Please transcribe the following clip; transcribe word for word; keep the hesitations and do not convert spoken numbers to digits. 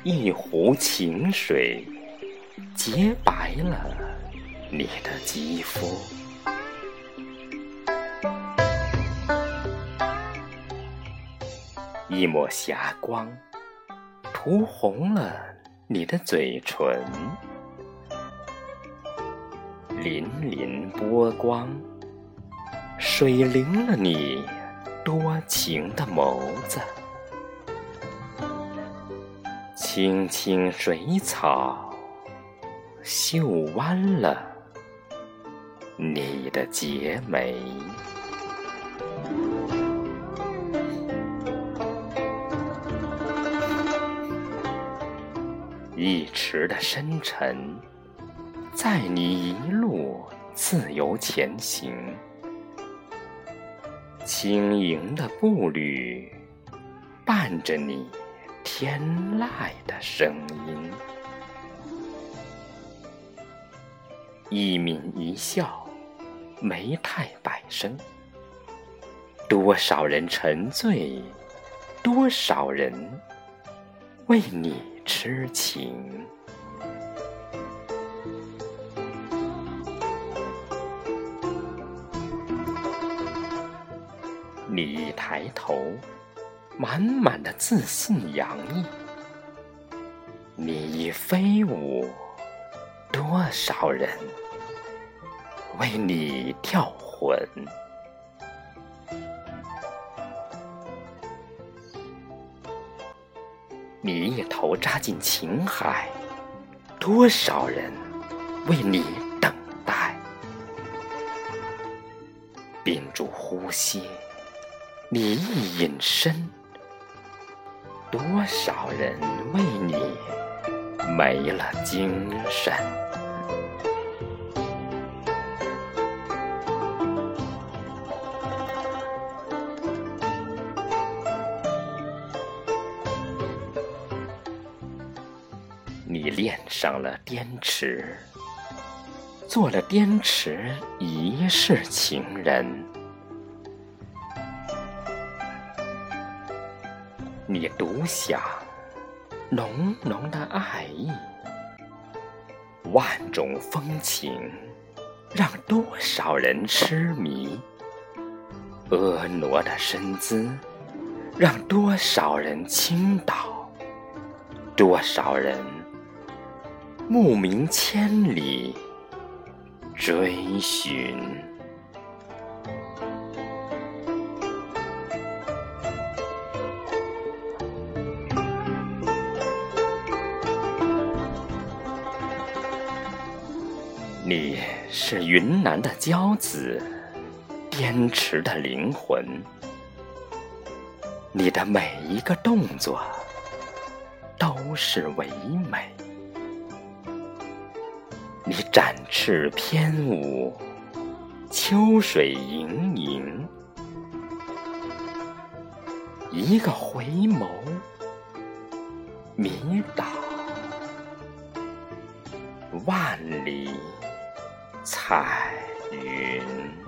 一壶清水洁白了你的肌肤，一抹霞光涂红了你的嘴唇，粼粼波光水灵了你多情的眸子，青青水草绣弯了你的睫眉，一池的深沉载你一路自由前行，轻盈的步履伴着你天籁的声音，一颦一笑眉态百生，多少人沉醉，多少人为你痴情。你一抬头，满满的自信洋溢；你一飞舞，多少人为你跳魂。你一头扎进情海，多少人为你等待。屏住呼吸，你一隐身，多少人为你没了精神。你恋上了滇池，做了滇池一世情人。你独享浓浓的爱意，万种风情让多少人痴迷，婀娜的身姿让多少人倾倒，多少人慕名千里追寻。你是云南的骄子，滇池的灵魂，你的每一个动作都是唯美。你展翅翩舞，秋水盈盈，一个回眸，迷倒万里彩云。